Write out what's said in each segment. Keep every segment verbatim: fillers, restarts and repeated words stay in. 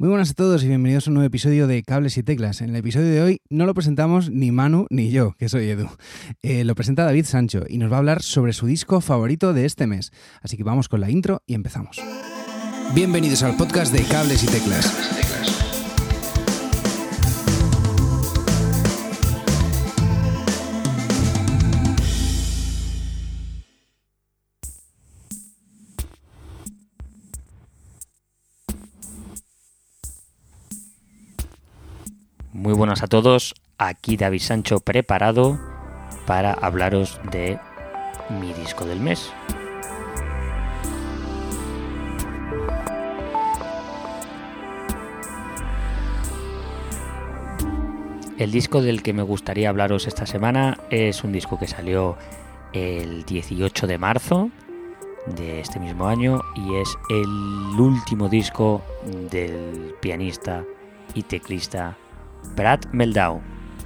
Muy buenas a todos y bienvenidos a un nuevo episodio de Cables y Teclas. En el episodio de hoy no lo presentamos ni Manu ni yo, que soy Edu. Eh, lo presenta David Sancho y nos va a hablar sobre su disco favorito de este mes. Así que vamos con la intro y empezamos. Bienvenidos al podcast de Cables y Teclas. Muy buenas a todos, aquí David Sancho preparado para hablaros de mi disco del mes. El disco del que me gustaría hablaros esta semana es un disco que salió el dieciocho de marzo de este mismo año y es el último disco del pianista y teclista Brad Mehldau.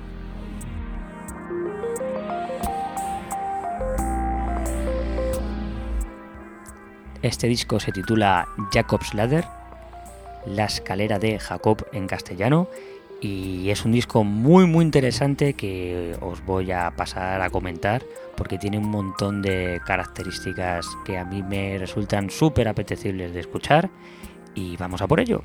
Este disco se titula Jacob's Ladder, la escalera de Jacob en castellano, y es un disco muy muy interesante que os voy a pasar a comentar porque tiene un montón de características que a mí me resultan súper apetecibles de escuchar y vamos a por ello.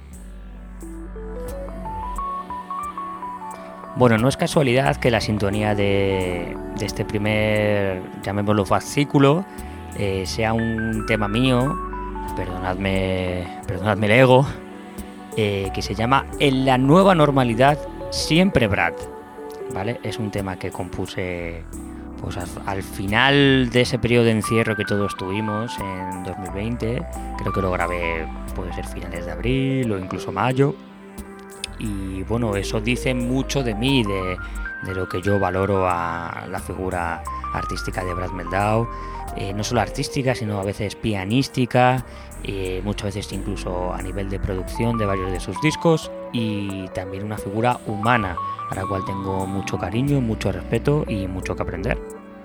Bueno, no es casualidad que la sintonía de, de este primer, llamémoslo fascículo, eh, sea un tema mío, perdonadme, perdonadme el ego, eh, que se llama En la nueva normalidad, siempre Brad, ¿vale? Es un tema que compuse pues al, al final de ese periodo de encierro que todos tuvimos en dos mil veinte, creo que lo grabé, puede ser finales de abril o incluso mayo. Y bueno, eso dice mucho de mí, de, de lo que yo valoro a la figura artística de Brad Mehldau, eh, no solo artística, sino a veces pianística, eh, muchas veces incluso a nivel de producción de varios de sus discos, y también una figura humana a la cual tengo mucho cariño, mucho respeto y mucho que aprender.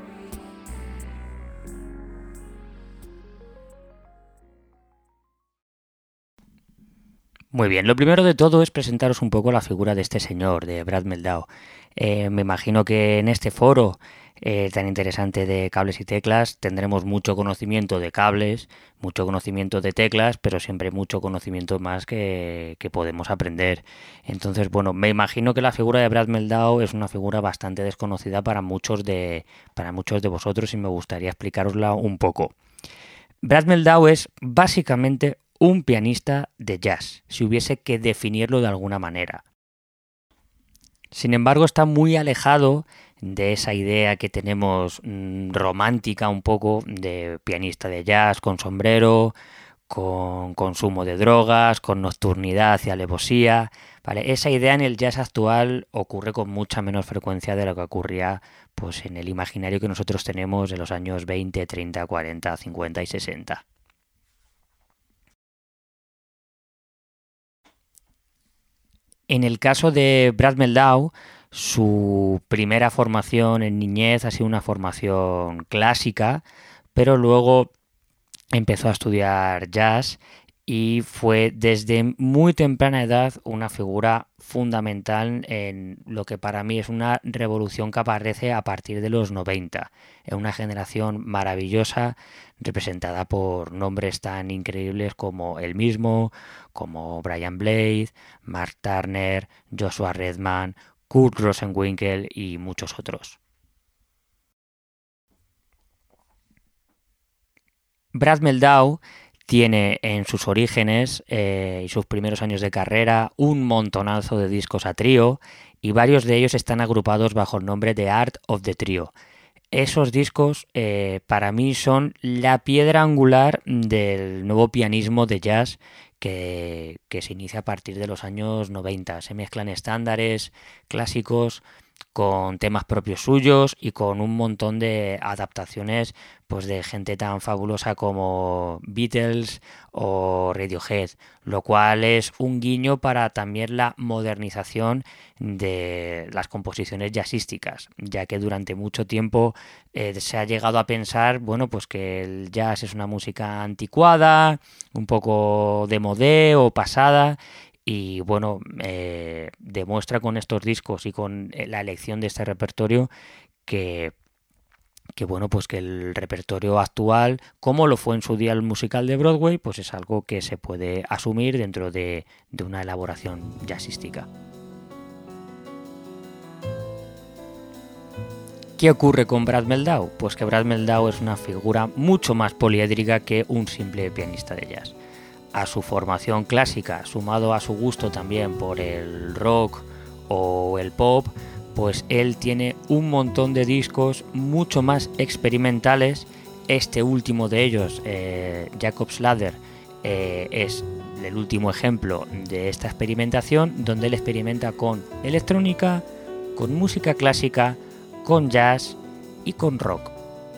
Muy bien, lo primero de todo es presentaros un poco la figura de este señor, de Brad Mehldau. Eh, me imagino que en este foro eh, tan interesante de cables y teclas tendremos mucho conocimiento de cables, mucho conocimiento de teclas, pero siempre mucho conocimiento más que, que podemos aprender. Entonces, bueno, me imagino que la figura de Brad Mehldau es una figura bastante desconocida para muchos de, para muchos de vosotros y me gustaría explicarosla un poco. Brad Mehldau es básicamente un pianista de jazz, si hubiese que definirlo de alguna manera. Sin embargo, está muy alejado de esa idea que tenemos mmm, romántica un poco de pianista de jazz con sombrero, con consumo de drogas, con nocturnidad y alevosía, ¿vale? Esa idea en el jazz actual ocurre con mucha menos frecuencia de lo que ocurría pues, en el imaginario que nosotros tenemos de los años veinte, treinta, cuarenta, cincuenta y sesenta. En el caso de Brad Mehldau, su primera formación en niñez ha sido una formación clásica, pero luego empezó a estudiar jazz y fue desde muy temprana edad una figura fundamental en lo que para mí es una revolución que aparece a partir de los noventa, en una generación maravillosa representada por nombres tan increíbles como él mismo, como Brian Blade, Mark Turner, Joshua Redman, Kurt Rosenwinkel y muchos otros. Brad Mehldau tiene en sus orígenes eh, y sus primeros años de carrera un montonazo de discos a trío y varios de ellos están agrupados bajo el nombre de Art of the Trio. Esos discos eh, para mí son la piedra angular del nuevo pianismo de jazz que, que se inicia a partir de los años noventa. Se mezclan estándares clásicos con temas propios suyos y con un montón de adaptaciones pues de gente tan fabulosa como Beatles o Radiohead, lo cual es un guiño para también la modernización de las composiciones jazzísticas, ya que durante mucho tiempo eh, se ha llegado a pensar, bueno, pues que el jazz es una música anticuada, un poco de modé o pasada, y bueno, eh, demuestra con estos discos y con la elección de este repertorio que, que bueno, pues que el repertorio actual, como lo fue en su día el musical de Broadway, pues es algo que se puede asumir dentro de, de una elaboración jazzística. ¿Qué ocurre con Brad Mehldau? Pues que Brad Mehldau es una figura mucho más poliédrica que un simple pianista de jazz. A su formación clásica, sumado a su gusto también por el rock o el pop, pues él tiene un montón de discos mucho más experimentales. Este último de ellos, eh, Jacob's Ladder, eh, es el último ejemplo de esta experimentación, donde él experimenta con electrónica, con música clásica, con jazz y con rock.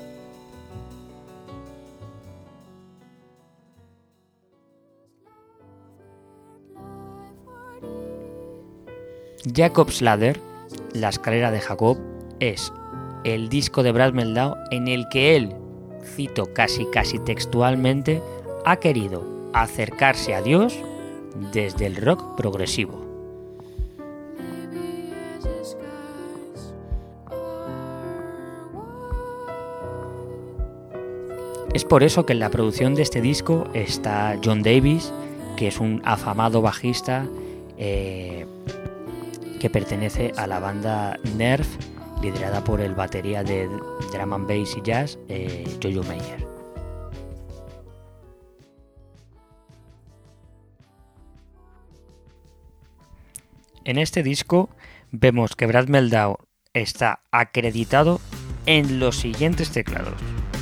Jacob's Ladder, la escalera de Jacob, es el disco de Brad Mehldau en el que él, cito casi casi textualmente, ha querido acercarse a Dios desde el rock progresivo. Es por eso que en la producción de este disco está John Davis, que es un afamado bajista eh, que pertenece a la banda Nerve, liderada por el batería de drum and bass y jazz, eh, Jojo Meyer. En este disco vemos que Brad Mehldau está acreditado en los siguientes teclados: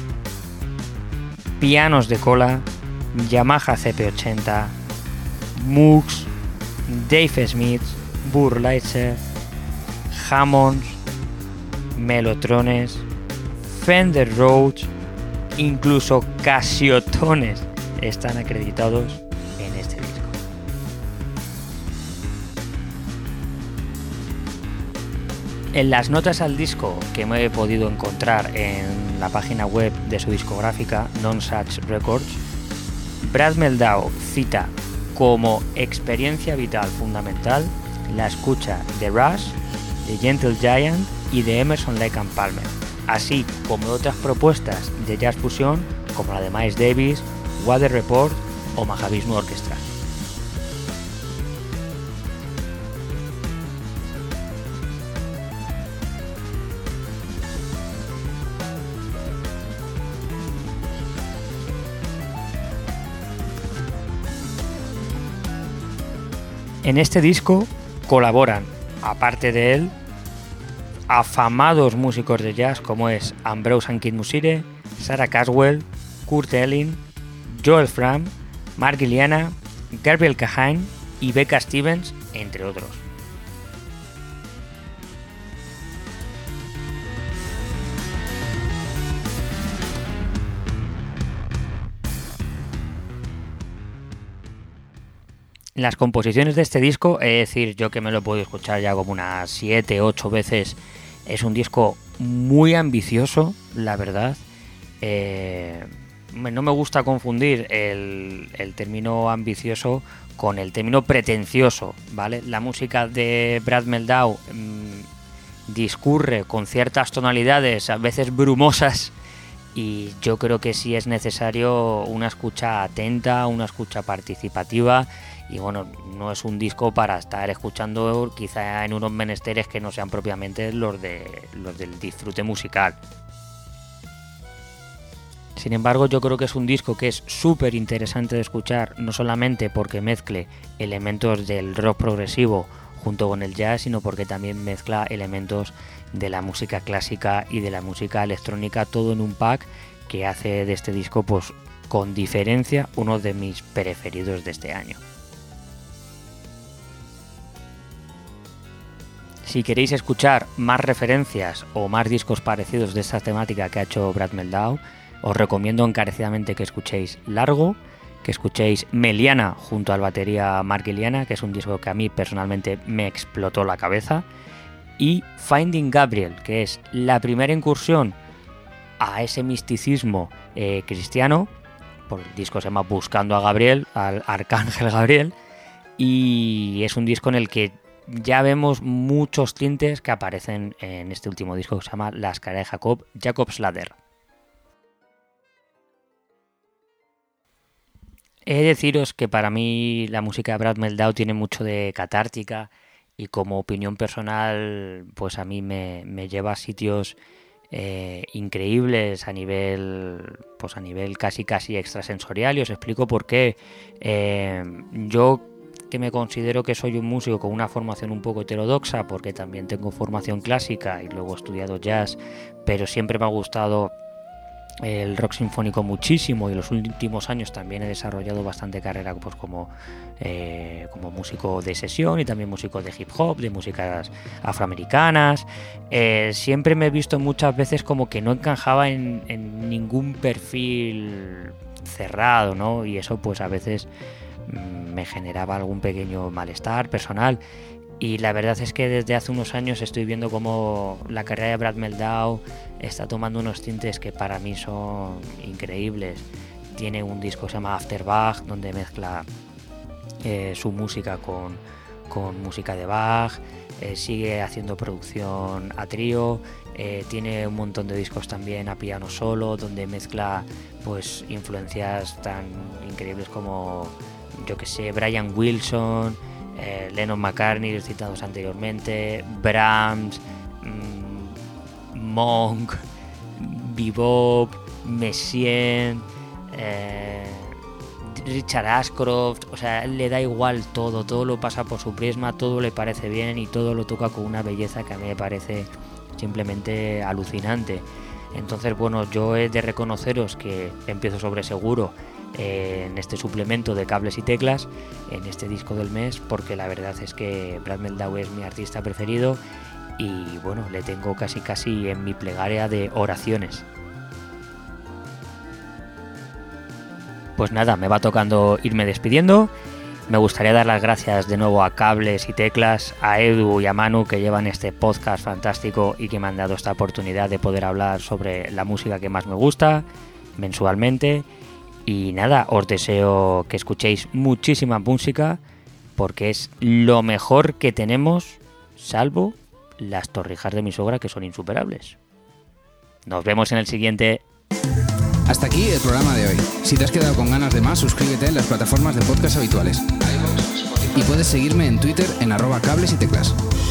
pianos de cola, Yamaha C P ochenta, Moogs, Dave Smith, Burlitzer, Hammonds, Mellotrones, Fender Rhodes, incluso Casiotones están acreditados en este disco. En las notas al disco que me he podido encontrar en la página web de su discográfica, Nonesuch Records, Brad Mehldau cita como experiencia vital fundamental la escucha de Rush, de Gentle Giant y de Emerson Lake and Palmer, así como otras propuestas de jazz fusión como la de Miles Davis, Weather Report o Mahavishnu Orchestra. En este disco colaboran, aparte de él, afamados músicos de jazz como es Ambrose Ankit-Mussire, Sarah Caswell, Kurt Elling, Joel Fram, Mark Guiliana, Gabriel Kahane y Becca Stevens, entre otros. Las composiciones de este disco, es decir, yo que me lo puedo escuchar ya como unas siete, ocho veces, es un disco muy ambicioso, la verdad. Eh, no me gusta confundir el, el término ambicioso con el término pretencioso, ¿vale? La música de Brad Mehldau mmm, discurre con ciertas tonalidades, a veces brumosas, y yo creo que sí es necesario una escucha atenta, una escucha participativa. Y bueno, no es un disco para estar escuchando quizá en unos menesteres que no sean propiamente los, de, los del disfrute musical. Sin embargo, yo creo que es un disco que es súper interesante de escuchar, no solamente porque mezcle elementos del rock progresivo junto con el jazz, sino porque también mezcla elementos de la música clásica y de la música electrónica, todo en un pack que hace de este disco, pues con diferencia, uno de mis preferidos de este año. Si queréis escuchar más referencias o más discos parecidos de esta temática que ha hecho Brad Mehldau, os recomiendo encarecidamente que escuchéis Largo, que escuchéis Meliana junto al batería Mark Guiliana, que es un disco que a mí personalmente me explotó la cabeza, y Finding Gabriel, que es la primera incursión a ese misticismo eh, cristiano, por el disco se llama Buscando a Gabriel, al Arcángel Gabriel, y es un disco en el que ya vemos muchos tintes que aparecen en este último disco que se llama La escalera de Jacob, Jacob's Ladder. He de deciros que para mí la música de Brad Mehldau tiene mucho de catártica y como opinión personal, pues a mí me, me lleva a sitios eh, increíbles a nivel, pues a nivel casi casi extrasensorial, y os explico por qué. Eh, yo que me considero que soy un músico con una formación un poco heterodoxa, porque también tengo formación clásica y luego he estudiado jazz, pero siempre me ha gustado el rock sinfónico muchísimo, y en los últimos años también he desarrollado bastante carrera pues como, eh, como músico de sesión y también músico de hip hop, de músicas afroamericanas. Eh, siempre me he visto muchas veces como que no encajaba en, en ningún perfil cerrado, ¿no? Y eso pues a veces mmm, me generaba algún pequeño malestar personal. Y la verdad es que desde hace unos años estoy viendo cómo la carrera de Brad Mehldau está tomando unos tintes que para mí son increíbles. Tiene un disco que se llama After Bach, donde mezcla eh, su música con, con música de Bach, eh, sigue haciendo producción a trío, eh, tiene un montón de discos también a piano solo, donde mezcla pues influencias tan increíbles como, yo que sé, Brian Wilson, Eh, Lennon McCartney, citados anteriormente, Brahms, mmm, Monk, Bebop, Messiaen, eh, Richard Ashcroft. O sea, él le da igual todo, todo lo pasa por su prisma, todo le parece bien y todo lo toca con una belleza que a mí me parece simplemente alucinante. Entonces, bueno, yo he de reconoceros que empiezo sobre seguro en este suplemento de Cables y Teclas, en este disco del mes, porque la verdad es que Brad Mehldau es mi artista preferido y bueno, le tengo casi casi en mi plegaria de oraciones. Pues nada, me va tocando irme despidiendo. Me gustaría dar las gracias de nuevo a Cables y Teclas, a Edu y a Manu, que llevan este podcast fantástico y que me han dado esta oportunidad de poder hablar sobre la música que más me gusta mensualmente. Y nada, os deseo que escuchéis muchísima música, porque es lo mejor que tenemos, salvo las torrijas de mi suegra, que son insuperables. Nos vemos en el siguiente. Hasta aquí el programa de hoy. Si te has quedado con ganas de más, suscríbete en las plataformas de podcast habituales. Y puedes seguirme en Twitter en arroba cables y teclas.